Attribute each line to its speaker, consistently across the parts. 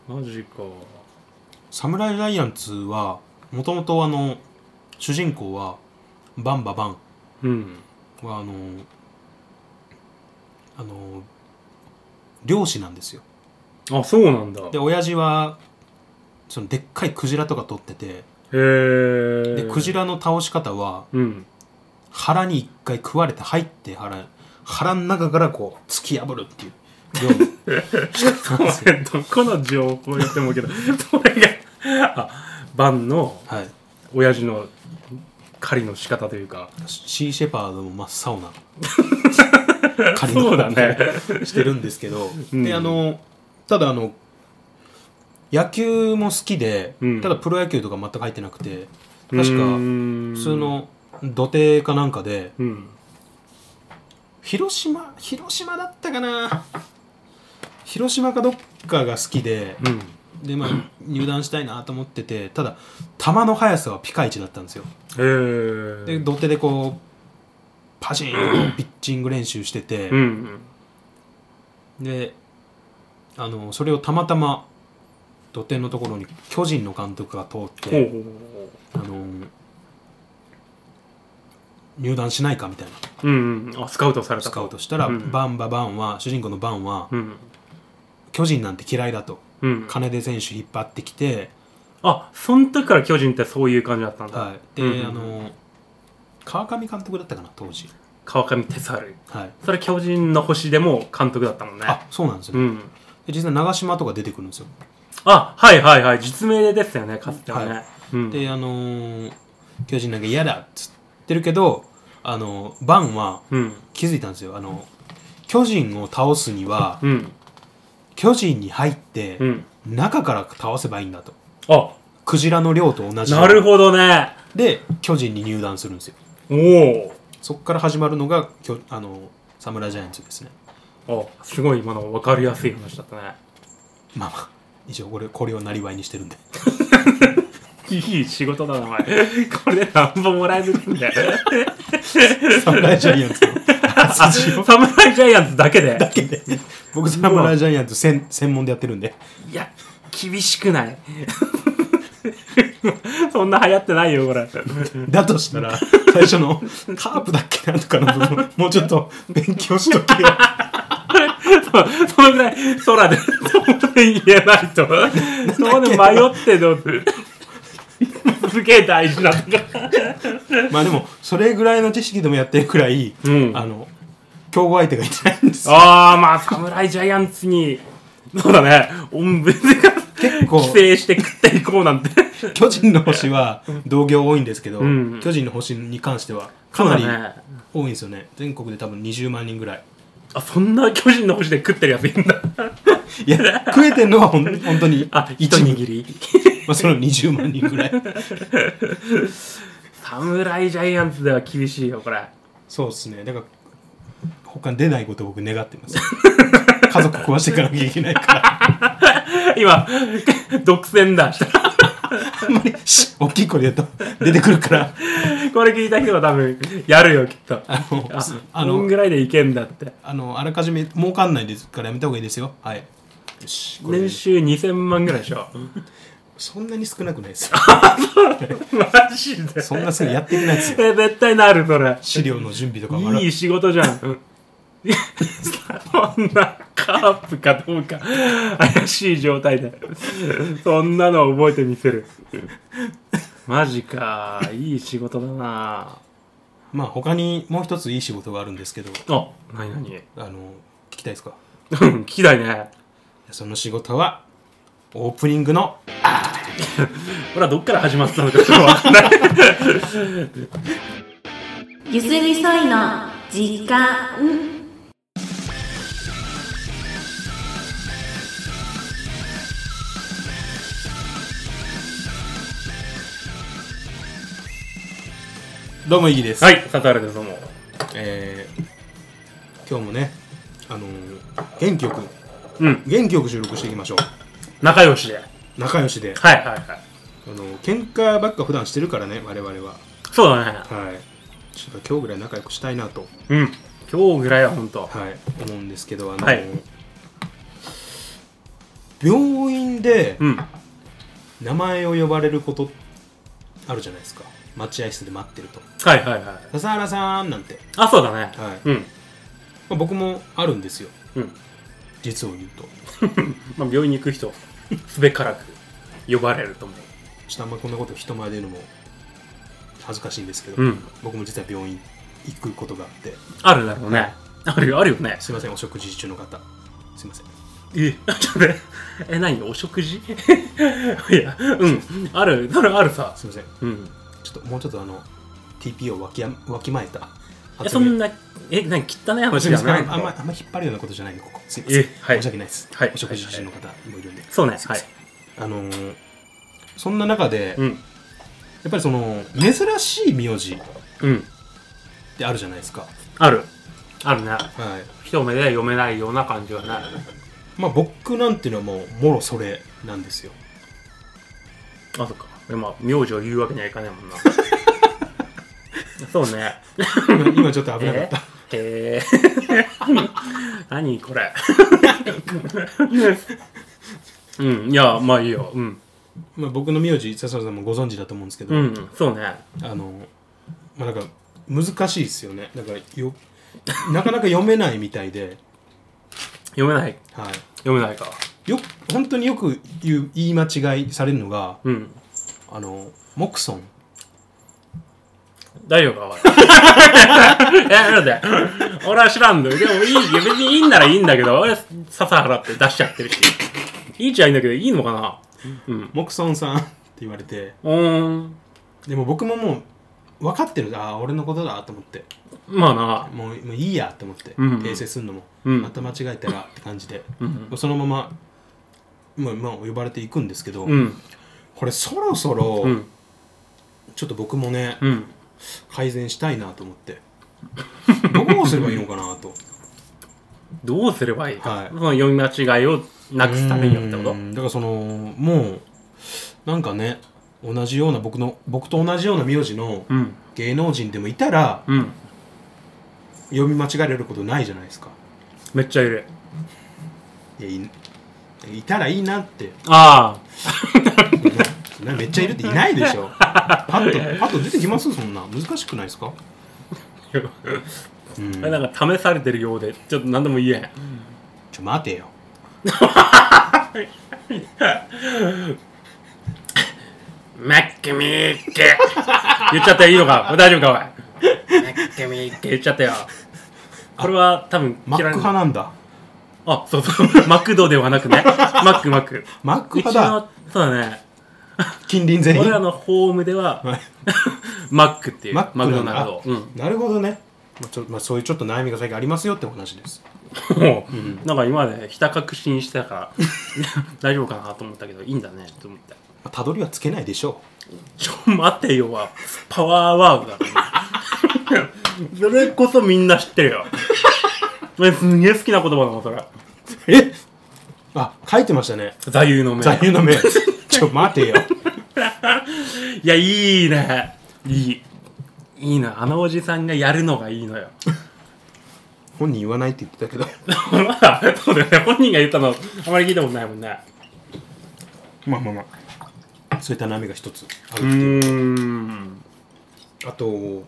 Speaker 1: マジか。
Speaker 2: サムライジャイアンツはもともと主人公はバンババンは漁師なんですよ。
Speaker 1: あ、そうなんだ。
Speaker 2: で親父はそのでっかいクジラとか取ってて、
Speaker 1: へ
Speaker 2: でクジラの倒し方は、腹に一回食われて入って腹の中からこう突き破るっていう料理
Speaker 1: どこの情報言ってもいいけどそれがバンの親父の狩りの仕方というか、
Speaker 2: シーシェパードも真っ青な
Speaker 1: 狩りのそうだね
Speaker 2: してるんですけど、でただ野球も好きで、ただプロ野球とか全く入ってなくて、確か普通の土手かなんかで、広島だったかな、広島かどっかが好きで、で入団したいなと思ってて、ただ球の速さはピカイチだったんですよ。で土手でこうパシーンとピッチング練習してて、でそれをたまたま土手のところに巨人の監督が通って入団しないかみたい
Speaker 1: な、スカウトされたと。
Speaker 2: スカウトしたら、バンは主人公のバンは、巨人なんて嫌いだと、金で選手引っ張ってきて、
Speaker 1: その時から巨人ってそういう感じだったんだ。
Speaker 2: で、川上監督だったかな当時。
Speaker 1: 川上哲治、それ巨人の星でも監督だったもんね。
Speaker 2: そうなんですよ、ね、で実際長嶋とか出てくるんですよ。
Speaker 1: はいはいはい、実名ですよね、かつてはね。
Speaker 2: で巨人なんか嫌だっつってるけど、バンは気づいたんですよ。巨人を倒すには、巨人に入って、中から倒せばいいんだと。クジラの量と同じ。
Speaker 1: なるほどね。
Speaker 2: で巨人に入団するんですよ。そこから始まるのがサムライジャイアンツですね。
Speaker 1: すごい今の分かりやすい話だったね。
Speaker 2: まあ一応これをなりわいにしてるんで
Speaker 1: いい仕事だなお前これで何本もらえるんだよ
Speaker 2: サムライジャイアンツの
Speaker 1: サムライジャイアンツだけで
Speaker 2: 僕サムライジャイアンツ専門でやってるんで。
Speaker 1: いや厳しくないそんな流行ってないよこれ。
Speaker 2: だとしたら最初のカープだっけなとかの部分もうちょっと勉強しとけよ
Speaker 1: そのぐらい空で言えないとそこで迷ってどうすげえ大事なとか
Speaker 2: まあでもそれぐらいの知識でもやってるくらい、競合相手がいないんですよ。
Speaker 1: まあサムライジャイアンツにそうだね、別に
Speaker 2: 結構
Speaker 1: 規制して食っていこうなんて
Speaker 2: 巨人の星は同業多いんですけど、巨人の星に関してはかなり多いんですよね。全国で多分20万人ぐらい。
Speaker 1: そんな巨人の星で食ってるやついるんだ
Speaker 2: いや食えてんのは本当に
Speaker 1: 一握り
Speaker 2: その20万人ぐらい
Speaker 1: サムライジャイアンツでは厳しいよこれ。
Speaker 2: そうですね。だから他に出ないことを僕願ってます家族壊していかなきゃいけないから
Speaker 1: 今独占だ
Speaker 2: あんまり大きい声で言うと出てくるから
Speaker 1: これ聞いた人は多分やるよきっと。こんぐらいでいけんだって。
Speaker 2: あらかじめ儲かんないですからやめた方がいいですよ。はい。よし。
Speaker 1: 年収2000万ぐらいでしょ
Speaker 2: そんなに少なくないですよ
Speaker 1: マジで
Speaker 2: そんなすぐやっていけないですよ
Speaker 1: 絶対なるそれ。
Speaker 2: 資料の準備とか
Speaker 1: いい仕事じゃんそんなカープかどうか怪しい状態でそんなの覚えてみせるマジか、いい仕事だな。
Speaker 2: まあ他にもう一ついい仕事があるんですけど。
Speaker 1: 何
Speaker 2: 聞きたいですか
Speaker 1: 聞きたいね。
Speaker 2: その仕事はオープニングの
Speaker 1: ほらどっから始まったのか分かんない
Speaker 3: ゆすりそいの時間。
Speaker 2: どうもイギです。
Speaker 1: はい、笹原です。どうも。
Speaker 2: 今日もね元気よく収録していきましょう。
Speaker 1: 仲良しで。はいはいはい。
Speaker 2: 喧嘩ばっか普段してるからね我々は。
Speaker 1: そうだね。
Speaker 2: はい。ちょっと今日ぐらい仲良くしたいなと。
Speaker 1: 今日ぐらいは本当。
Speaker 2: はい。思うんですけど
Speaker 1: はい。
Speaker 2: 病院で
Speaker 1: うん
Speaker 2: 名前を呼ばれることあるじゃないですか。待合室で待ってると
Speaker 1: はいはいはい
Speaker 2: 笹原さんなんて、
Speaker 1: あそうだね
Speaker 2: はい
Speaker 1: うん
Speaker 2: まあ、僕もあるんですよ
Speaker 1: うん
Speaker 2: 実を言うと。
Speaker 1: まあ病院に行く人すべからく呼ばれると思う
Speaker 2: ちょっとあんまこんなこと人前で言うのも恥ずかしいんですけど、
Speaker 1: うん
Speaker 2: 僕も実は病院行くことがあって。
Speaker 1: あるだろうねあるよね
Speaker 2: すいませんお食事中の方すいません。
Speaker 1: ちょっとね何お食事いやうんあるさ
Speaker 2: すいません
Speaker 1: うん
Speaker 2: ちょっともうちょっとTP をわきまえた
Speaker 1: そんな何汚い話じゃない
Speaker 2: あんま引っ張るようなことじゃないのここすいません、
Speaker 1: はい
Speaker 2: 申し訳ないです、
Speaker 1: はい
Speaker 2: お食事中の方もいるんで、
Speaker 1: そうねはい
Speaker 2: すいませんそんな中で、
Speaker 1: うん
Speaker 2: やっぱりその珍しい名字っ
Speaker 1: うん
Speaker 2: てあるじゃないですか。
Speaker 1: あるね
Speaker 2: はい。
Speaker 1: 一目で読めないような感じはない
Speaker 2: まあ僕なんていうのはもうもろそれなんですよ。
Speaker 1: あそっかでも名字を言うわけにはいかないもんなそうね
Speaker 2: 今ちょっと危なかった。
Speaker 1: へえ何これうんいやまあいいようん
Speaker 2: まあ僕の名字笹原さんもご存知だと思うんですけど、
Speaker 1: うんそうね
Speaker 2: まあなんか難しいですよね。だからなかなか読めないみたいで、
Speaker 1: 読めない
Speaker 2: はい。
Speaker 1: 読めないか
Speaker 2: 本当によく言い間違いされるのが、
Speaker 1: うん
Speaker 2: モクソン。
Speaker 1: 大丈夫かおいなんで俺は知らんのよ。でもいい別にいいんならいいんだけど俺笹原って出しちゃってるしいいっちゃいいんだけどいいのかなうん
Speaker 2: モクソンさんって言われて、
Speaker 1: で
Speaker 2: でも僕ももう分かってる。ああ俺のことだと思って、
Speaker 1: まあな
Speaker 2: もういいやと思って、
Speaker 1: うん
Speaker 2: 訂正するのも、
Speaker 1: うん
Speaker 2: また間違えたらって感じで、
Speaker 1: うん
Speaker 2: そのまままあ呼ばれていくんですけど、
Speaker 1: うん
Speaker 2: これそろそろ、
Speaker 1: うん
Speaker 2: ちょっと僕もね、
Speaker 1: うん
Speaker 2: 改善したいなと思ってどうすればいいのかなと
Speaker 1: どうすればいいか、
Speaker 2: はい
Speaker 1: その読み間違いをなくすためによってこと
Speaker 2: だからそのもうなんかね同じような僕と同じような名字の
Speaker 1: うん
Speaker 2: 芸能人でもいたら、
Speaker 1: うん
Speaker 2: 読み間違えられることないじゃないですか。
Speaker 1: めっちゃいる
Speaker 2: いやいたらいいなって
Speaker 1: あ
Speaker 2: めっちゃいるっていないでしょパッと出てきます。そんな難しくないですか。
Speaker 1: あれなんか試されてるようでちょっと何でも言えへん
Speaker 2: 待てよ
Speaker 1: マックミーッケ言っちゃっていいのか大丈夫かおいマックミーッケ言っちゃったよこれは多分
Speaker 2: マック派なんだ。
Speaker 1: あそうマクドではなくねマック
Speaker 2: マック
Speaker 1: うち
Speaker 2: 派だ。
Speaker 1: のそうだね
Speaker 2: 近隣全員
Speaker 1: 俺らのホームではマックっていう
Speaker 2: マック
Speaker 1: マクドナルド
Speaker 2: なるほどね。そういうちょっと悩みが最近ありますよってお話です。
Speaker 1: もうなんか今までひた確信してたから大丈夫かなと思ったけどいいんだねと思って
Speaker 2: たどりはつけないでしょ
Speaker 1: ちょ待てよはパワーワードだからそれこそみんな知ってるよすげえ好きな言葉なのそれ
Speaker 2: う。書いてましたね。
Speaker 1: 座右の銘
Speaker 2: 座右の銘待てよ
Speaker 1: いやいいねいいのあのおじさんがやるのがいいのよ
Speaker 2: 本人言わないって言ってたけど
Speaker 1: まあそうだよね本人が言ったのあまり聞いたことないもんね
Speaker 2: まあそういった悩みが一つあるっていうあと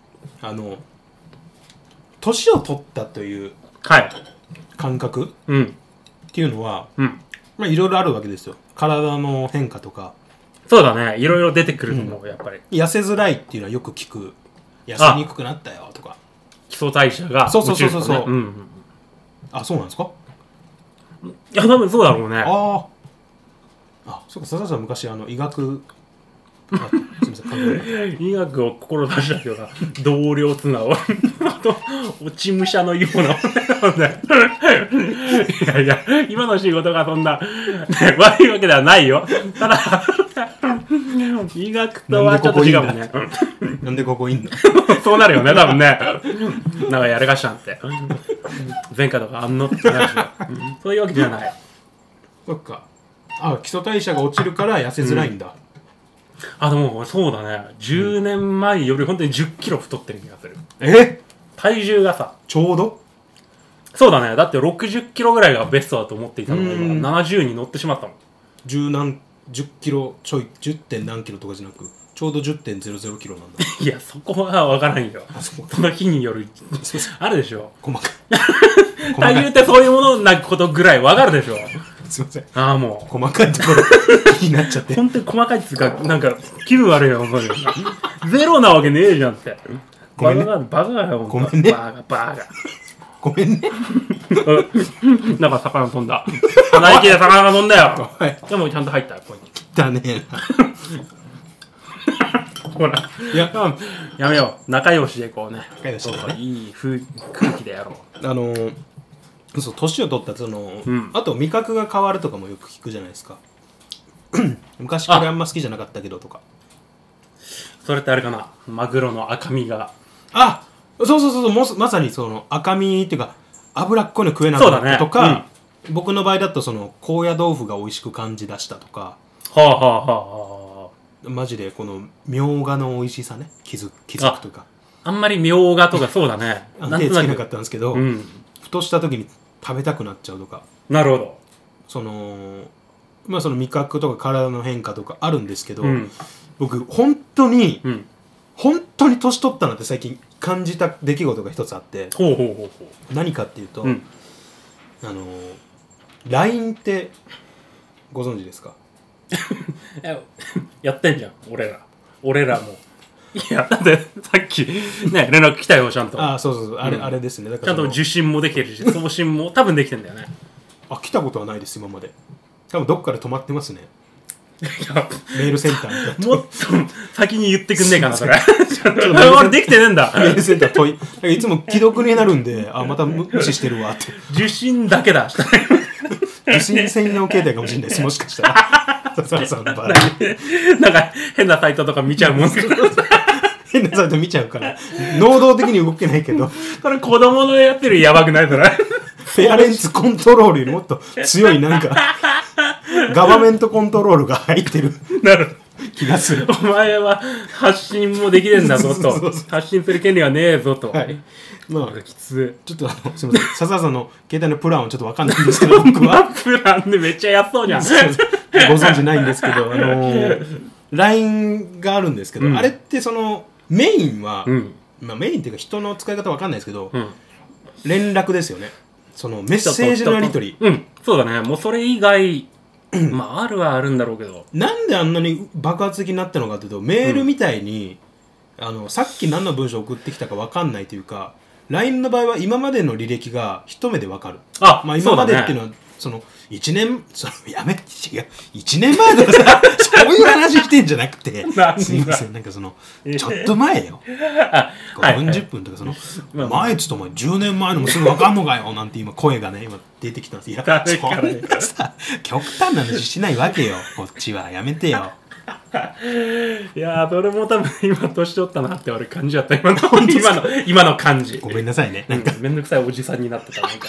Speaker 2: 年を取ったという
Speaker 1: はい
Speaker 2: 感覚
Speaker 1: うん
Speaker 2: っていうのは
Speaker 1: うん
Speaker 2: まあいろいろあるわけですよ。体の変化とか
Speaker 1: そうだねいろいろ出てくると思う、やっぱり
Speaker 2: 痩せづらいっていうのはよく聞く。痩せにくくなったよとか。
Speaker 1: 基礎代謝が
Speaker 2: そう
Speaker 1: 落ちるとね
Speaker 2: そうなんですか。
Speaker 1: いや多分そうだろうね
Speaker 2: そうか。笹田さん昔医学すみません考え
Speaker 1: 医学を志したような同僚綱を落ち武者のようないや今の仕事がそんな、ね、悪いわけではないよ。ただ医学とはちょっと違うもんね。
Speaker 2: なんでここいんの
Speaker 1: そうなるよね多分ね。なんかやるがしゃんって前科とかあんのってなるし、そういうわけじゃない。
Speaker 2: そっか。基礎代謝が落ちるから痩せづらいんだ。
Speaker 1: でもそうだね10年前より本当に10キロ太ってる気がする。体重がさ
Speaker 2: ちょうど
Speaker 1: そうだね。だって60キロぐらいがベストだと思っていたのが今70に乗ってしまったもん。
Speaker 2: 10キロちょい 10. 点何キロとかじゃなくちょうど 10.00 キロなんだ。
Speaker 1: いやそこは分からんよ。その日によるあるでしょ。
Speaker 2: 細かい
Speaker 1: 体重ってそういうものなことぐらい分かるでしょ。
Speaker 2: すいません。
Speaker 1: ああも
Speaker 2: う細かいところ気になっちゃって
Speaker 1: 本当に細かいっつうかなんか気分悪いよ本当にゼロなわけねえじゃんって。
Speaker 2: ごめんね。
Speaker 1: バカだよ
Speaker 2: ごめんね。
Speaker 1: バカ
Speaker 2: ごめんね。
Speaker 1: なんか魚飛んだ。鼻息で魚が飛んだよ。
Speaker 2: はい。
Speaker 1: でもちゃんと入ったここに。
Speaker 2: だね。
Speaker 1: ほらやめよう。仲良しでこうね。
Speaker 2: 仲良しでね。
Speaker 1: いい空気でやろ
Speaker 2: う。そう年を取ったその、あと味覚が変わるとかもよく聞くじゃないですか。昔これあんま好きじゃなかったけどとか。
Speaker 1: それってあれかな。マグロの赤身が。
Speaker 2: あ、そうまさにその赤身っていうか脂っこいの食えなくなったとか、僕の場合だとその高野豆腐が美味しく感じ出したとか。マジでこのみょうがの美味しさね気づくというか。
Speaker 1: あんまりみょうがとかそうだね。
Speaker 2: 手つけなかったんですけど、ふとした時に食べたくなっちゃうとか。
Speaker 1: なるほど。
Speaker 2: その味覚とか体の変化とかあるんですけど、僕本当に年取ったなって最近感じた出来事が一つあって。何かっていうと、LINE ってご存知ですか？
Speaker 1: やってんじゃん俺らも。いやだってさっきね連絡来たよちゃんと。
Speaker 2: あ、そうあれですね。だから
Speaker 1: ちゃんと受信もできてるし送信も多分できてんだよね。
Speaker 2: あ、来たことはないです今まで。多分どっかで止まってますね。
Speaker 1: いや
Speaker 2: メールセンターみたいな。
Speaker 1: もっと先に言ってくんねえかなそれ。俺できてねえんだ。
Speaker 2: メールセンターいつも既読になるんで、あ、また無視してるわって。
Speaker 1: 受信だけだ。
Speaker 2: 受信専用携帯かもしれないです、もしかしたら。の場合
Speaker 1: なんか変なサイトとか見ちゃうもん。
Speaker 2: 変なサイト見ちゃうから能動的に動けないけど、
Speaker 1: これ子供のやってるやばくないそれ。
Speaker 2: ペアレンツコントロールよりもっと強いなんかガバメントコントロールが入ってる気がする。
Speaker 1: お前は発信もできねえんだぞと。発信する権利はねえぞと。
Speaker 2: はい、まあ
Speaker 1: きつい。
Speaker 2: ちょっとすみません、笹さんの携帯のプランはちょっと分かんないんですけど僕は
Speaker 1: プランでめっちゃ安そうじゃん。
Speaker 2: ご存知ないんですけど、LINE があるんですけど、あれってそのメインは、メインっていうか人の使い方分かんないですけど、連絡ですよね。そのメッセージのやり取り。
Speaker 1: そうだね。もうそれ以外まああるはあるんだろうけど、
Speaker 2: なんであんなに爆発的になったのかというと、メールみたいに、さっき何の文章を送ってきたか分かんないというか、 LINE の場合は今までの履歴が一目で分かる。まあ今までっていうのはその1年やめ違う1年前とかさそういう話してんじゃなくてすいません、なんかそのちょっと前よ5分10分とかその前っつってお前10年前のもすぐ分かんのかよなんて今声がね今出てきたんです。いやそんなさ極端な話しないわけよこっちは。やめてよ。
Speaker 1: いやーそれも多分今年取ったなって俺感じちゃった。今の感じ。
Speaker 2: ごめんなさいね。なんか
Speaker 1: めんどくさいおじさんになってた。なんか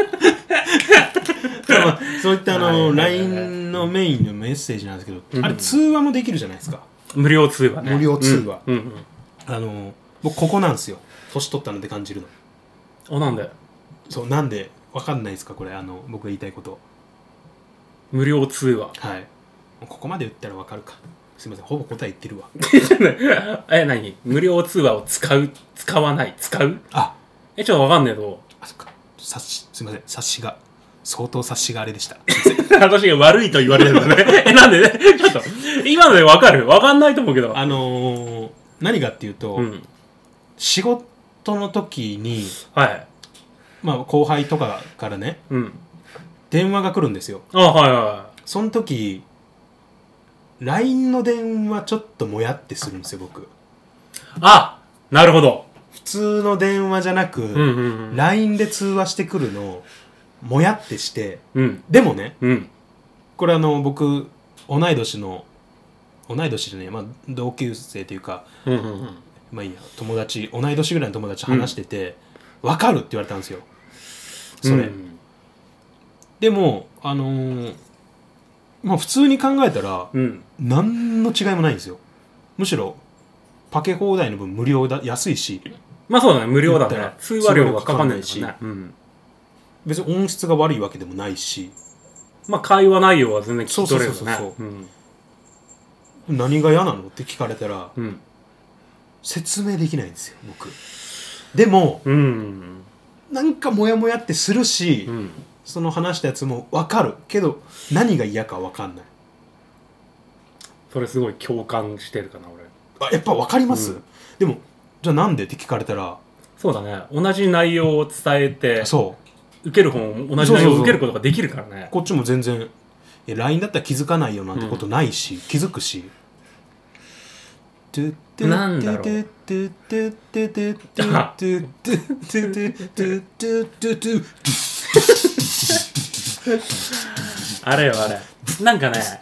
Speaker 2: そういったLINE のメインのメッセージなんですけど、あれ通話もできるじゃないですか。
Speaker 1: 無料通話ね。
Speaker 2: 無料通話。僕ここなんですよ。年取ったので感じるの。
Speaker 1: なんで？
Speaker 2: そうなんでわかんないですかこれ僕が言いたいこと。
Speaker 1: 無料通話。
Speaker 2: はい。ここまで言ったらわかるか。すみません、ほぼ答え言ってるわ。
Speaker 1: 何？無料通話を使う？使わない？使う？
Speaker 2: あ、
Speaker 1: ちょっとわかんねえと。
Speaker 2: あ、そっか。すみません、察しが相当察しがあれでした。
Speaker 1: 私が悪いと言われるんだね。なんでね、ちょっと今のでわかる？わかんないと思うけど。
Speaker 2: 何かっていうと、仕事の時に、まあ後輩とかからね、電話が来るんですよ。その時 LINE の電話ちょっともやってするんですよ僕。
Speaker 1: あ、なるほど。
Speaker 2: 普通の電話じゃなく、LINE で通話してくるのもやってして、でもね、これ僕同い年じゃねえ、まあ、同級生というか、まあいいや、友達同い年ぐらいの友達話してて、分かるって言われたんですよそれ、でもまあ普通に考えたら、何の違いもないんですよ。むしろパケ放題の分無料だ、安いし。
Speaker 1: まあそうだね、無料だね。通話料がかかんないし、
Speaker 2: 別に音質が悪いわけでもないし、
Speaker 1: まあ会話内容は全然聞き取れるよね。
Speaker 2: そう、何が嫌なのって聞かれたら、説明できないんですよ僕。でも、なんかモヤモヤってするし、その話したやつも分かるけど何が嫌か分かんない。
Speaker 1: それすごい共感してるかな俺。
Speaker 2: やっぱ分かります、でもじゃあなんでって聞かれたら、
Speaker 1: そうだね、同じ内容を伝えて、受ける方も同じ内容を受けることができるからね。
Speaker 2: こっちも全然LINE だったら気づかないよなんてことないし、気づくし。
Speaker 1: なんだろう。あれよあれ。なんかね、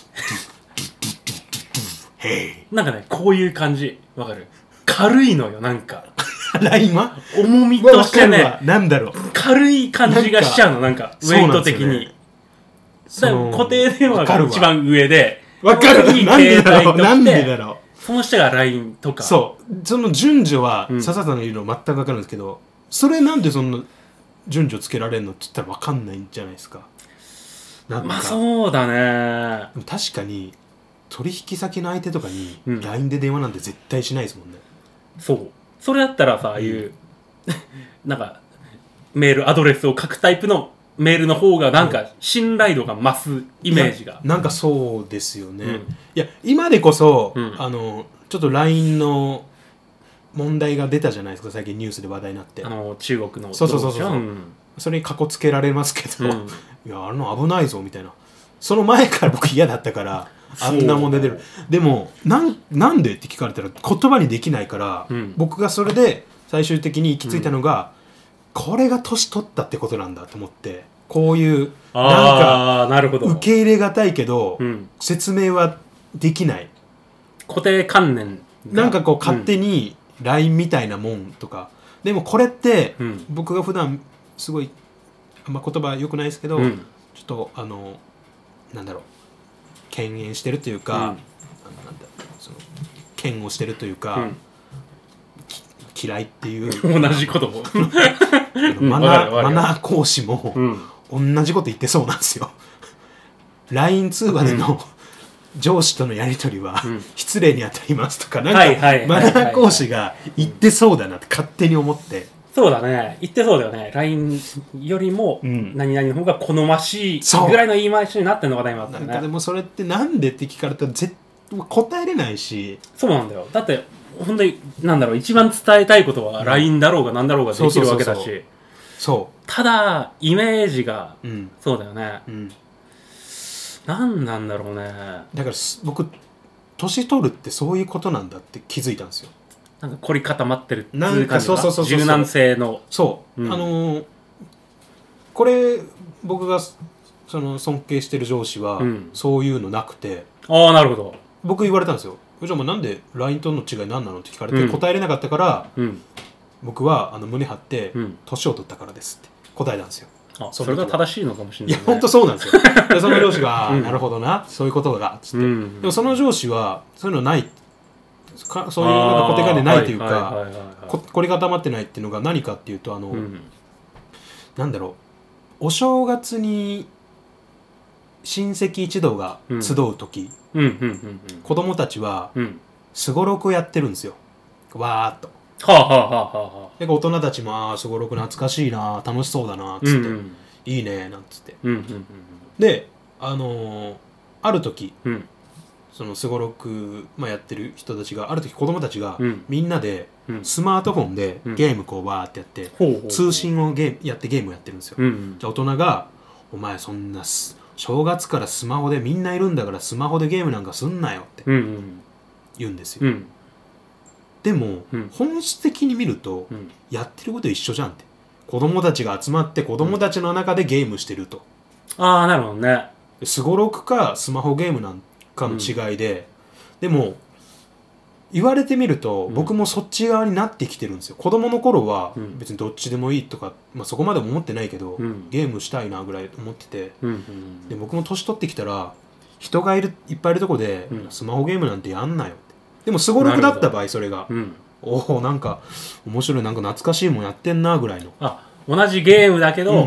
Speaker 1: なんかね、こういう感じ。わかる？軽いのよ、なんか。
Speaker 2: LINE は
Speaker 1: 重みとしてね、
Speaker 2: なんだろう。
Speaker 1: 軽い感じがしちゃうの、なんか、ウェイト的に。固定電話が一番上で、
Speaker 2: わかる。
Speaker 1: いい
Speaker 2: なんで
Speaker 1: 携帯として
Speaker 2: なんでだろう。
Speaker 1: その下が LINE とか。
Speaker 2: その順序は、笹さんの言うの全く分かるんですけど、それなんでそんな順序つけられるのって言ったら分かんないんじゃないですか。なんか
Speaker 1: まあそうだね。
Speaker 2: でも確かに取引先の相手とかに LINE で電話なんて絶対しないですもんね。
Speaker 1: そう。それだったらさ、ああいう、なんか、メールアドレスを書くタイプのメールの方がなんか信頼度が増すイメージが。
Speaker 2: なんかそうですよね。いや、今でこそ、ちょっと LINE の問題が出たじゃないですか、最近ニュースで話題になって。
Speaker 1: 中国の。
Speaker 2: そう。それにかこつけられますけど、いや、危ないぞみたいな。その前から僕嫌だったから、あんなもん出てる。でもなんでって聞かれたら言葉にできないから、僕がそれで最終的に行き着いたのが、これが年取ったってことなんだと思って、こういうなんか受け入れがたいけど、説明はできない、
Speaker 1: 固定観念
Speaker 2: なんかこう勝手に LINE みたいなもんとか。でもこれって、僕が普段すごいあんま言葉良くないですけど、ちょっとなんだろう、敬遠してるというか、その嫌悪してるというか、嫌いっていう
Speaker 1: 同じことも
Speaker 2: マナー講師も、同じこと言ってそうなんですよ。LINE 通話での、上司とのやり取りは、失礼に当たりますとか、なんかマナー講師が言ってそうだなって勝手に思って。
Speaker 1: そうだね、言ってそうだよね。 LINE よりも何々の方が好ましいぐらいの言い回しになってんのかな今だったらね。
Speaker 2: なんかでもそれってなんでって聞かれたら答えれないし。
Speaker 1: そうなんだよ。だって本当になんだろう、一番伝えたいことは LINE だろうが何だろうができるわけだし、ただイメージが、そうだよね、なんなんだろうね。
Speaker 2: だから僕年取るってそういうことなんだって気づいたんですよ。
Speaker 1: なんか凝り固まってるって
Speaker 2: いう感じが、
Speaker 1: 柔軟性の、
Speaker 2: これ僕がその尊敬してる上司は、そういうのなくて。
Speaker 1: なるほど。
Speaker 2: 僕言われたんですよ。じゃあもうなんで LINE との違い何なのって聞かれて、答えれなかったから、僕は胸張って年を取ったからですって答えたんですよ。
Speaker 1: それが正しいのかもしれない、ね、
Speaker 2: いや本当そうなんですよ。でその上司が、なるほどな、そういうことがつって、でもその上司はそういうのない、そういうなんか固定概念ないというか、凝り固まってないっていうのが何かっていうと、なんだろう、お正月に親戚一同が集う時、子供たちはすごろくやってるんですよ、わーっと。で大人たちもすごろく懐かしいな、楽しそうだなっつって、いいねなんつって、である時、そのすごろく、やってる人たちが、ある時子供たちが、みんなでスマートフォンでゲームこうわーってやって、通信をやってゲームをやってるんですよ。じゃあ大人が、お前そんな正月からスマホでみんないるんだからスマホでゲームなんかすんなよって言うんですよ。でも、本質的に見ると、やってること一緒じゃんって。子供たちが集まって子供たちの中でゲームしてると。
Speaker 1: なるほどね。
Speaker 2: すごろくかスマホゲームなんかの違いで、でも言われてみると、僕もそっち側になってきてるんですよ。子供の頃は別にどっちでもいいとか、そこまでも思ってないけど、ゲームしたいなぐらい思ってて、で僕も年取ってきたら、人がいっぱいいるとこで、スマホゲームなんてやんなよって。でもすごろくだった場合、それが、なんか面白い、なんか懐かしいもんやってんなぐらいの。
Speaker 1: 同じゲームだけど、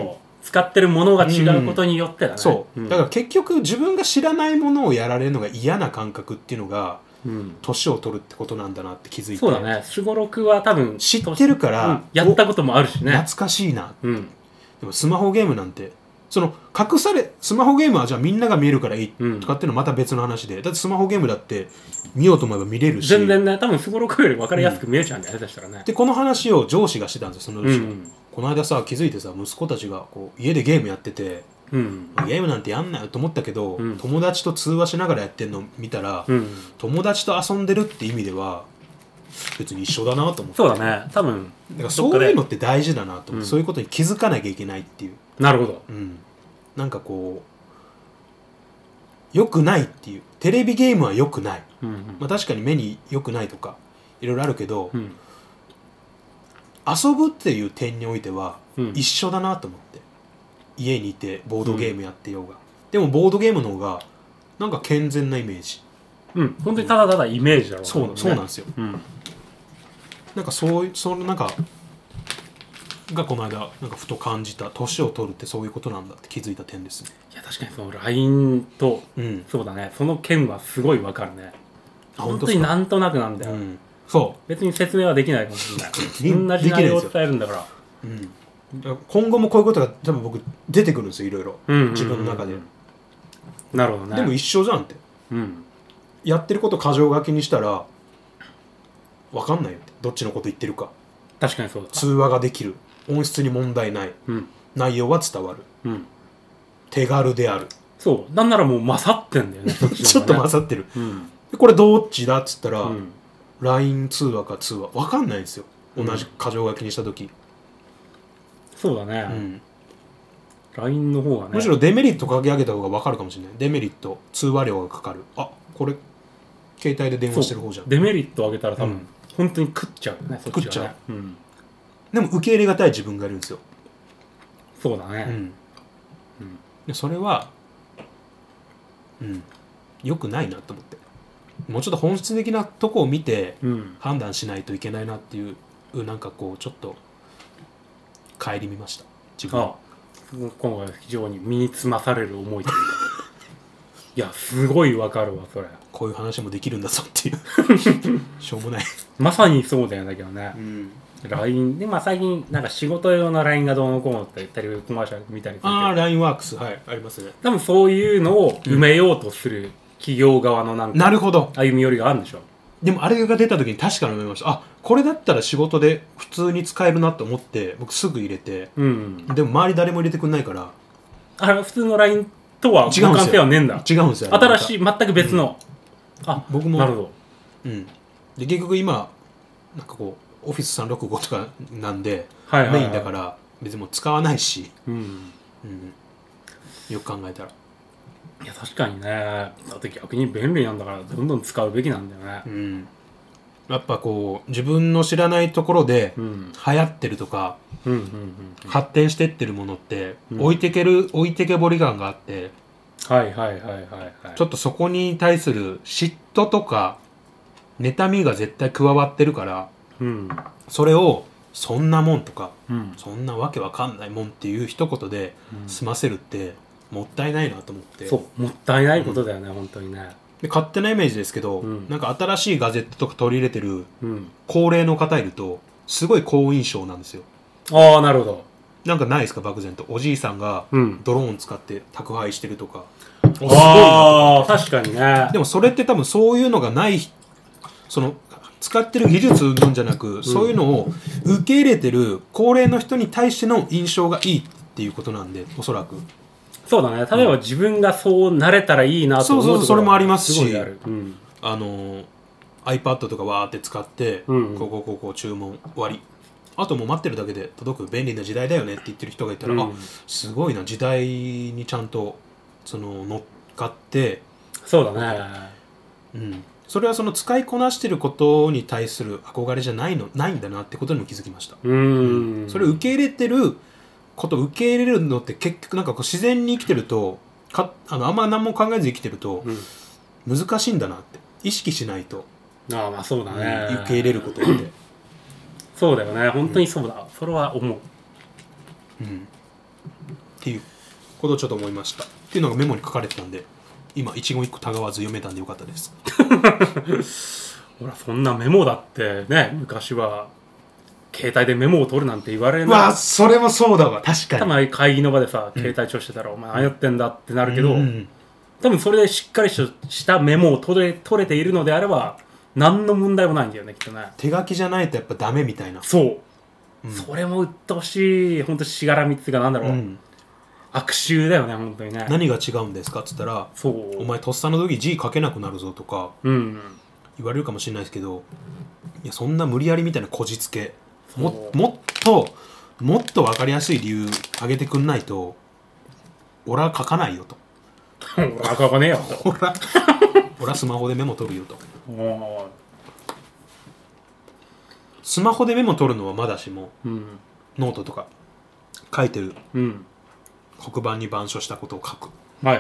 Speaker 1: 使ってるものが違うことによってだね、
Speaker 2: そう、だから結局自分が知らないものをやられるのが嫌な感覚っていうのが年を取るってことなんだなって気づいて、
Speaker 1: そうだね。すごろくは多分
Speaker 2: 知ってるから、
Speaker 1: やったこともあるしね、
Speaker 2: 懐かしいな、でもスマホゲームなんてその隠されスマホゲームはじゃあみんなが見えるからいいとかっていうのはまた別の話で、だってスマホゲームだって見ようと思えば見れるし、
Speaker 1: 全然ね、多分すごろくより分かりやすく見えちゃうんだよね、下手したらね。
Speaker 2: でこの話を上司がしてたんですよ、その上司が、この間さ気づいてさ、息子たちがこう家でゲームやってて、ゲームなんてやんなよと思ったけど、友達と通話しながらやってんの見たら、友達と遊んでるって意味では別に一緒だなと思って。
Speaker 1: そうだね、多分
Speaker 2: だからそういうのって大事だなと思って、そういうことに気づかなきゃいけないっていう。
Speaker 1: なるほど、
Speaker 2: なんかこう良くないっていう、テレビゲームは良くない、まあ、確かに目に良くないとかいろいろあるけど、遊ぶっていう点においては一緒だなと思って、家にいてボードゲームやってようが、でもボードゲームの方がなんか健全なイメージ、
Speaker 1: 本当にただただイメージだろうね。
Speaker 2: そうなんですよ、なんかそのなんかがこの間なんかふと感じた、年を取るってそういうことなんだって気づいた点ですね。
Speaker 1: いや確かにその LINE と、そうだね、その件はすごいわかるね。本当になんとなくなんだよ、
Speaker 2: そう
Speaker 1: 別に説明はできないかもしれない同じ内容を伝えるんだから、
Speaker 2: 今後もこういうことが多分僕出てくるんですよ、いろいろ、自分の中で。
Speaker 1: なるほどね。
Speaker 2: でも一緒じゃんって、やってること過剰書きにしたら分かんないよって、どっちのこと言ってるか。
Speaker 1: 確かにそうだ。
Speaker 2: 通話ができる、音質に問題ない、内容は伝わる、手軽である。
Speaker 1: そうなんならもう勝ってんだよね
Speaker 2: ちょっと勝ってる、でこれどっちだっつったら、LINE 通話か通話分かんないんですよ、同じ過剰書きにした時。
Speaker 1: そうだね、LINE の方がね、
Speaker 2: むしろデメリット書き上げた方が分かるかもしれない。デメリット、通話料がかかる、あこれ携帯で電話してる方じゃん。
Speaker 1: デメリットを上げたら多分、本当に食っちゃうね、そっちはね。食っちゃう、
Speaker 2: でも受け入れがたい自分がいるんですよ。
Speaker 1: そうだね、
Speaker 2: でそれは良くないなと思って、もうちょっと本質的なとこを見て判断しないといけないなっていう、なんかこうちょっと顧みました、自分。
Speaker 1: 今回非常に身につまされる思いというかいやすごいわかるわそれ。
Speaker 2: こういう話もできるんだぞっていうしょうもない
Speaker 1: まさにそうだよ、だけどね、LINE で、最近なんか仕事用の LINE がどうのこうのってテレビコマーシャル見たりするけど、
Speaker 2: LINE ワークス、はい、ありますね。
Speaker 1: 多分そういうのを埋めようとする企業側のなんか、
Speaker 2: なるほど、
Speaker 1: 歩み寄りがあるんでしょ。
Speaker 2: でもあれが出た時に確かに思いました。あ、これだったら仕事で普通に使えるなと思って僕すぐ入れて、でも周り誰も入れてくんないから、
Speaker 1: あれ普通の LINE とは互換性はねえんだ。
Speaker 2: 違うんですよ、
Speaker 1: 新しい全く別の、
Speaker 2: 僕も
Speaker 1: なるほど、
Speaker 2: で結局今なんかこうオフィス365とかなんで、メインだから別にもう使わないし、よく考えたら、
Speaker 1: いや確かにね、だって逆に便利なんだからどんどん使うべきなんだよね。
Speaker 2: やっぱこう自分の知らないところで流行ってるとか、発展してってるものって置いてけぼり感があって、ちょっとそこに対する嫉妬とか妬みが絶対加わってるから、それをそんなもんとか、そんなわけわかんないもんっていう一言で済ませるってもったいないなと思って。
Speaker 1: そうもったいないことだよね、本当にね。
Speaker 2: で勝手なイメージですけど、なんか新しいガジェットとか取り入れてる高齢の方いるとすごい好印象なんですよ。
Speaker 1: ああなるほど。
Speaker 2: なんかないですか、漠然とおじいさんがドローン使って宅配してるとか、
Speaker 1: ああ確かにね。
Speaker 2: でもそれって多分そういうのがない、その使ってる技術なんじゃなく、そういうのを受け入れてる高齢の人に対しての印象がいいっていうことなんで、おそらく
Speaker 1: そうだね。例えば自分がそうなれたらいいなと思うところ、
Speaker 2: それもありますし、
Speaker 1: iPad
Speaker 2: とかわーって使って、こう注文終わり、あともう待ってるだけで届く便利な時代だよねって言ってる人がいたら、あ、すごいな、時代にちゃんとその乗っかって、
Speaker 1: そうだね、
Speaker 2: それはその使いこなしてることに対する憧れじゃないんだなってことにも気づきました。それを受け入れてることを受け入れるのって結局なんかこう自然に生きてるとあんま何も考えず生きてると難しいんだなって意識しないと、
Speaker 1: そうだね、
Speaker 2: 受け入れることって
Speaker 1: そうだよね、本当にそうだ、それは思う。
Speaker 2: っていうことをちょっと思いましたっていうのがメモに書かれてたんで、今一言一句たがわず読めたんでよかったです
Speaker 1: ほらそんなメモだってね、昔は携帯でメモを取るなんて言われない。
Speaker 2: まあそれもそうだわ、確かに。
Speaker 1: 多分会議の場でさ、携帯調してたら、お前何やってんだってなるけど、多分それでしっかりしたメモを取れているのであれば何の問題もないんだよね、きっとね。
Speaker 2: 手書きじゃないとやっぱダメみたいな。
Speaker 1: そう、それも鬱陶しい、ほんとしがらみっていうか、なんだろう、悪臭だよね、本当にね。
Speaker 2: 何が違うんですかっつったら、お前とっさの時字書けなくなるぞとか言われるかもしれないですけど、いやそんな無理やりみたいなこじつけ、もっと分かりやすい理由挙げてくんないと俺は書かないよと
Speaker 1: 俺は書かねえよと
Speaker 2: 俺はスマホでメモ取るよと。スマホでメモ取るのはまだしも、ノートとか書いてる、黒板に板書したことを書く、終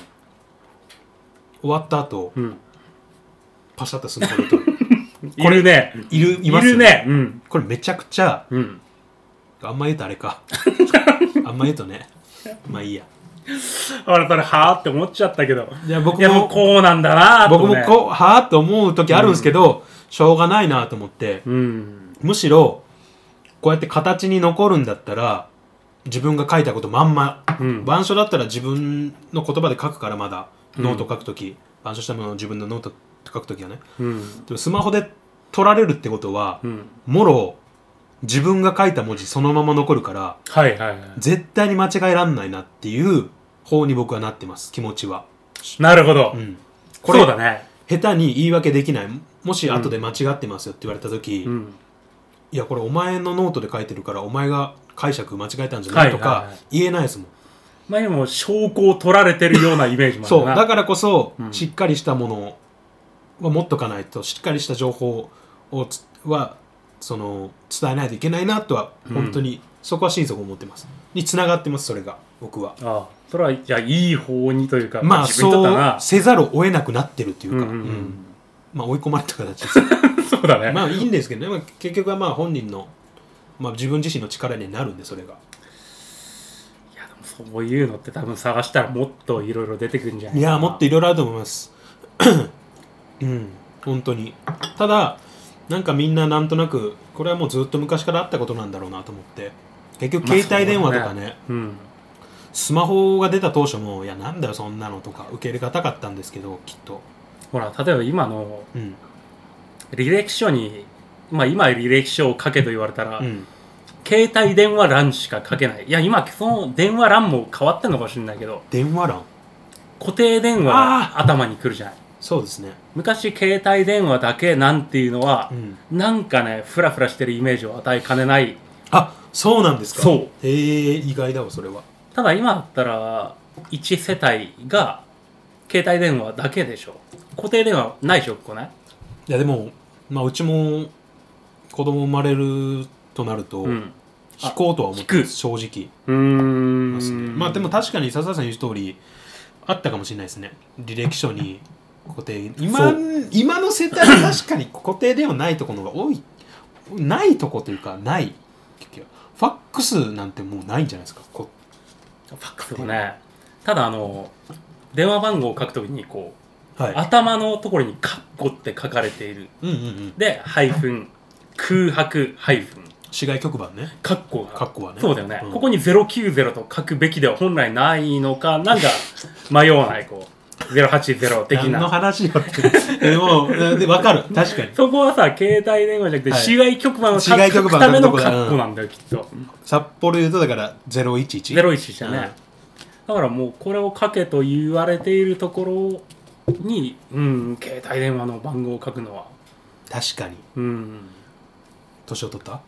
Speaker 2: わった後、パシャッとスマホで取る
Speaker 1: これね、
Speaker 2: いますよ
Speaker 1: ね、
Speaker 2: これめちゃくちゃ、あんま言うとあれかあんま言うとね、まあいいや。
Speaker 1: 俺それはぁって思っちゃったけど、
Speaker 2: いや僕
Speaker 1: もこうなんだな、
Speaker 2: 僕もこうはぁって思う時あるんですけど、しょうがないなと思って、むしろこうやって形に残るんだったら自分が書いたことまんま、板書だったら自分の言葉で書くから、まだノート書くとき、板書したものを自分のノート書くときはね、でもスマホで取られるってことは、もろ自分が書いた文字そのまま残るから、絶対に間違えらんないなっていう方に僕はなってます、気持ちは。
Speaker 1: なるほど、これそうだね。
Speaker 2: 下手に言い訳できない。もし後で間違ってますよって言われた時、いやこれお前のノートで書いてるからお前が解釈間違えたんじゃないとか言えないですもん。
Speaker 1: 前にも証拠を取られてるようなイメージもあるな。
Speaker 2: そうだからこそ、しっかりしたものは持っとかないと、しっかりした情報はその伝えないといけないなとは、本当にそこは心底思ってます。に繋がってます、それが僕は。
Speaker 1: それはじゃあいい方にというか、
Speaker 2: まあそうせざるを得なくなってるっていうか、まあ追い込まれた形です
Speaker 1: そうだね。
Speaker 2: まあいいんですけどね、まあ、結局はまあ本人の、まあ、自分自身の力になるんで、それが。い
Speaker 1: やでもそういうのって多分探したらもっといろいろ出てくるんじゃないかな。
Speaker 2: いやもっといろいろあると思います本当に。ただなんかみんななんとなくこれはもうずっと昔からあったことなんだろうなと思って、結局携帯電話とかね、スマホが出た当初もいやなんだよそんなのとか受け入れがたかったんですけど、きっと
Speaker 1: ほら例えば今の、履歴書に、今履歴書を書けと言われたら、携帯電話欄しか書けない。いや今その電話欄も変わってんのかもしれないけど、
Speaker 2: 電話欄
Speaker 1: 固定電話が頭に来るじゃない。
Speaker 2: そうですね。
Speaker 1: 昔携帯電話だけなんていうのは、なんかねフラフラしてるイメージを与えかねない。
Speaker 2: あ、そうなんですか。
Speaker 1: そう。
Speaker 2: 意外だわそれは。た
Speaker 1: だ今だったら1世帯が携帯電話だけでしょ。固定電話ないでしょ、ここね。いや
Speaker 2: でも、まあ、うちも子供生まれるとなると、引こうとは思ってます、正直。まあでも確かに笹田さん言う通りあったかもしれないですね、履歴書に固定。今の世帯は確かに固定電話ないところが多い。ないとこというかない。ファックスなんてもうないんじゃないですか。フ
Speaker 1: ァックスはね。ただ電話番号を書くときにこう、頭のところにカッコって書かれている、でハイフン空白ハイフン
Speaker 2: 市外局番ね、
Speaker 1: カッコ
Speaker 2: はね、
Speaker 1: そうだよね、ここに090と書くべきでは本来ないのか、なんか迷わないこう080的な。
Speaker 2: 何の話よってでも分かる、確かに
Speaker 1: そこはさ携帯電話じゃなくて市外局番を書くためのカッコなんだよ、きっと。
Speaker 2: 札幌言うとだから011
Speaker 1: じゃね、だからもうこれを書けと言われているところに、携帯電話の番号を書くのは
Speaker 2: 確かに。年を取った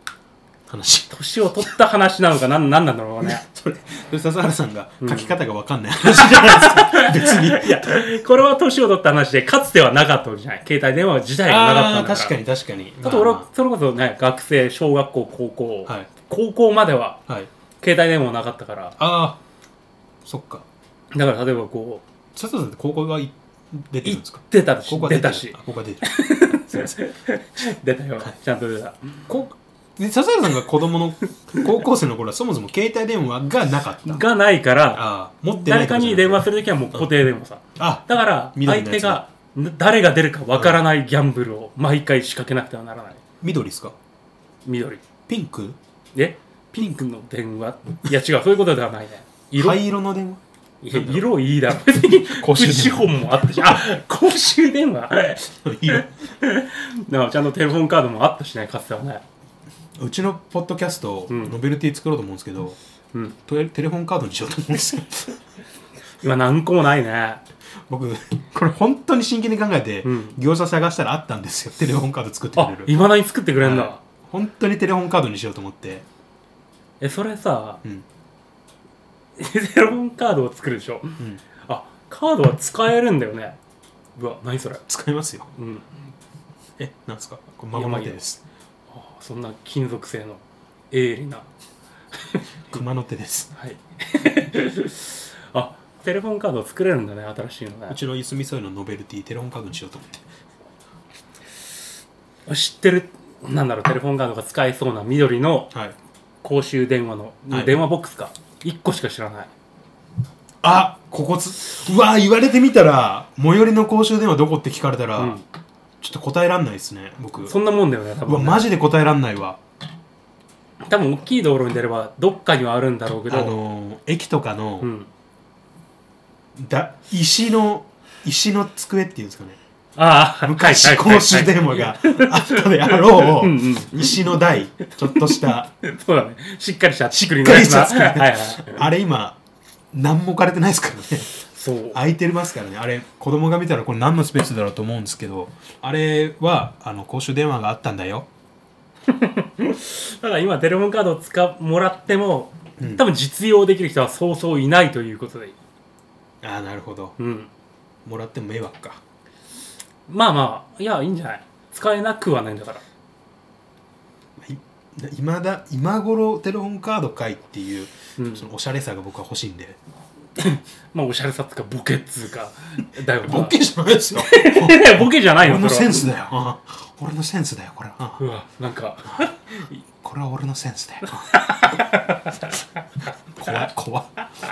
Speaker 1: 話なのか何なんだろうね。
Speaker 2: それ笹原さんが書き方が分かんない話じゃないですか、別に。
Speaker 1: いやこれは年を取った話で、かつてはなかったわけじゃない、携帯電話自体がなかったんだから。
Speaker 2: 確かに。
Speaker 1: だって俺はそれこそね、学生小学校高校、高校までは携帯電話なかったから。
Speaker 2: そっか。
Speaker 1: だから例えばこう
Speaker 2: 笹田さんって高校は出てるんですか？
Speaker 1: 出たし。
Speaker 2: 高校は出てる。すいません。
Speaker 1: 出たよ、ちゃんと出た。
Speaker 2: で笹原さんが子供の高校生の頃はそもそも携帯電話がなかった
Speaker 1: がないから
Speaker 2: 持ってない
Speaker 1: 誰かに電話するときはもう固定電話さ、だから相手が誰が出るかわからないギャンブルを毎回仕掛けなくてはならない。
Speaker 2: 緑ですか？
Speaker 1: 緑。
Speaker 2: ピンク？
Speaker 1: ピンクの電話？いや違う、そういうことではないね。
Speaker 2: 灰色の電話？
Speaker 1: 色いいだろ。別に公衆資本もあったし、公衆電話
Speaker 2: 色
Speaker 1: だからちゃんとテレフォンカードもあったしね、かつてはね。
Speaker 2: うちのポッドキャスト、ノベルティ作ろうと思うんですけど、テレフォンカードにしようと思うんですよ
Speaker 1: 今何個もないね。
Speaker 2: 僕これ本当に真剣に考えて、業者探したらあったんですよ、テレフォンカード作ってくれる。
Speaker 1: いまだに作ってくれるんだ、
Speaker 2: 本当にテレフォンカードにしようと思って。
Speaker 1: それさ、テレフォンカードを作るでしょ、カードは使えるんだよね。うわ、何それ。
Speaker 2: 使えますよ。なんですか？これ孫の手です。
Speaker 1: そんな金属製の鋭利な
Speaker 2: 熊の手です。
Speaker 1: はいテレフォンカードを作れるんだね、新しいのね。
Speaker 2: うちのいすみそいのノベルティテレフォンカードにしようと思って。
Speaker 1: 知ってる、なんだろう、テレフォンカードが使えそうな緑の公衆電話の、電話ボックスか1個しか知らない。
Speaker 2: うわ言われてみたら最寄りの公衆電話どこって聞かれたら、ちょっと答えらんないですね、僕。
Speaker 1: そんなもんだよね、多分ね。
Speaker 2: うわマジで答えらんないわ。
Speaker 1: 多分大きい道路に出ればどっかにはあるんだろうけど、
Speaker 2: 駅とかの、石の机っていうんですかね。昔公衆電話があったであろう石の台、ちょっとした
Speaker 1: そうだね、しっかりした作りのやつな。
Speaker 2: あれ今何も置かれてないですからね。
Speaker 1: そう
Speaker 2: 空いてますからね。あれ子供が見たらこれ何のスペースだろうと思うんですけど、あれは公衆電話があったんだよ。
Speaker 1: だから今テレフォンカードをもらっても、多分実用できる人はそうそういないということで。
Speaker 2: なるほど。もらっても迷惑か。
Speaker 1: まあいや、いいんじゃない。使えなくはないんだから。
Speaker 2: 今頃テレフォンカードかいっていう、そのおしゃれさが僕は欲しいんで。
Speaker 1: おしゃれさってかボケっつうかだよ。
Speaker 2: ボケじゃないですよ
Speaker 1: ボケじゃないよ。
Speaker 2: 俺のセンスだよ。俺のセンスだよこれ。
Speaker 1: うわ、なんか
Speaker 2: これは俺のセンスだよ。怖っ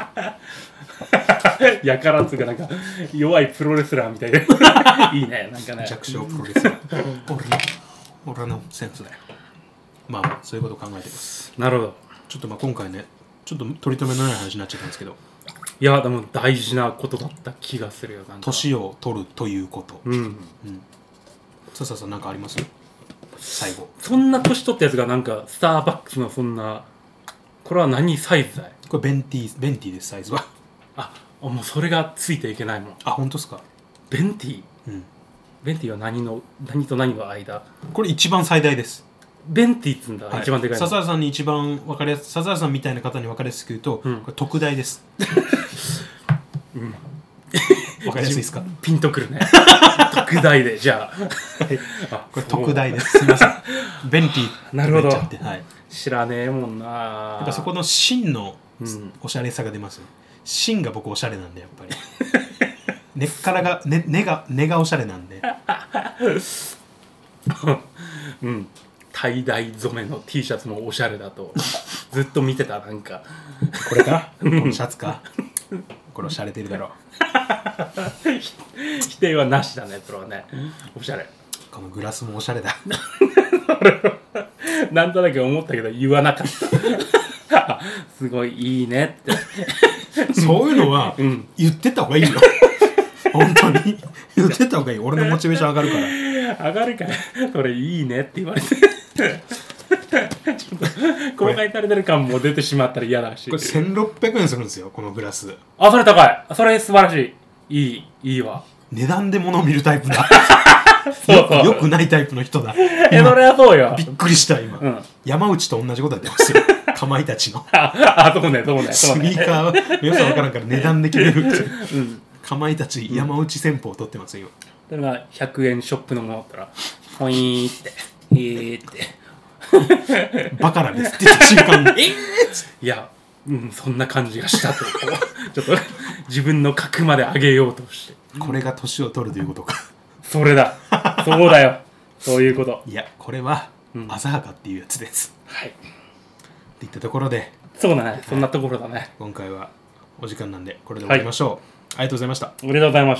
Speaker 1: やからっつうか、なんか弱いプロレスラーみたいでいいね、なんかね。
Speaker 2: 弱小プロレスラー俺のセンスだよ。まあそういうことを考えてます。
Speaker 1: なるほど。
Speaker 2: ちょっと今回ね、ちょっと取り留めのない話になっちゃったんですけど、
Speaker 1: いやでも大事なことだった気がするよ。なんか
Speaker 2: 年を取るということ。笹さんなんかあります？最後。
Speaker 1: そんな年取ったやつがなんかスターバックスのそんな、これは何サイズだい？
Speaker 2: これベンティです、サイズは。
Speaker 1: もうそれがついていけないもん。
Speaker 2: 本当ですか？
Speaker 1: ベンティ？ベンティは何と何の間？こ
Speaker 2: れ一番最大です。
Speaker 1: ベンティっつんだ、一番でかいの。
Speaker 2: 笹原さんに一番分かりやすい、笹原さんみたいな方に分かりやすく言うと、これ特大です。分かりやすいですか？
Speaker 1: ピンとくるね。特大で、じゃあ。
Speaker 2: これ特大です。すみません。ベンティ
Speaker 1: なるほど。知らねえもんな。
Speaker 2: やっぱそこの芯のおしゃれさが出ますよ。芯が僕おしゃれなんで、やっぱり。根っからが、根がおしゃれなんで。
Speaker 1: タイダイ染めの T シャツもおしゃれだとずっと見てた。なんか
Speaker 2: これかこのシャツかこれおしゃれてるだろう。
Speaker 1: 否定はなしだね、それはね。おしゃれ。
Speaker 2: このグラスもおしゃれだ。
Speaker 1: なんとなく思ったけど言わなかったすごいいいねって
Speaker 2: そういうのは言ってった方がいいよ本当に言ってった方がいい。俺のモチベーション上がるから
Speaker 1: 上がるからそれいいねって言われてちょっと公開されてる感も出てしまったら嫌だし。
Speaker 2: これ1600円するんですよ、このグラス。
Speaker 1: それ高い。それ素晴らしい。いいわ。
Speaker 2: 値段で物を見るタイプだ
Speaker 1: そう
Speaker 2: よくないタイプの人だ。
Speaker 1: それはそうよ。
Speaker 2: びっくりした今、山内と同じことやってますよかまいたちの
Speaker 1: そうね
Speaker 2: スニーカー皆さん分からんから値段で決めるってかまいたち山内戦法を取ってますよ。
Speaker 1: それが100円ショップのものだったらポイーンって
Speaker 2: バカラですって言った瞬間に
Speaker 1: いや、そんな感じがしたとちょっと自分の格まで上げようとして。
Speaker 2: これが年を取るということか。
Speaker 1: それだ。そうだよ。そういうこと。
Speaker 2: いや、これは浅はかっていうやつです。
Speaker 1: はい
Speaker 2: っていったところで、
Speaker 1: そうだね、そんなところだね。
Speaker 2: 今回はお時間なんでこれで終わりましょう。ありがとうございました。
Speaker 1: ありがとうございました。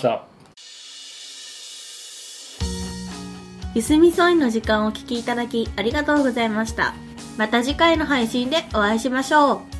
Speaker 3: ゆすみそいの時間をお聞きいただきありがとうございました。また次回の配信でお会いしましょう。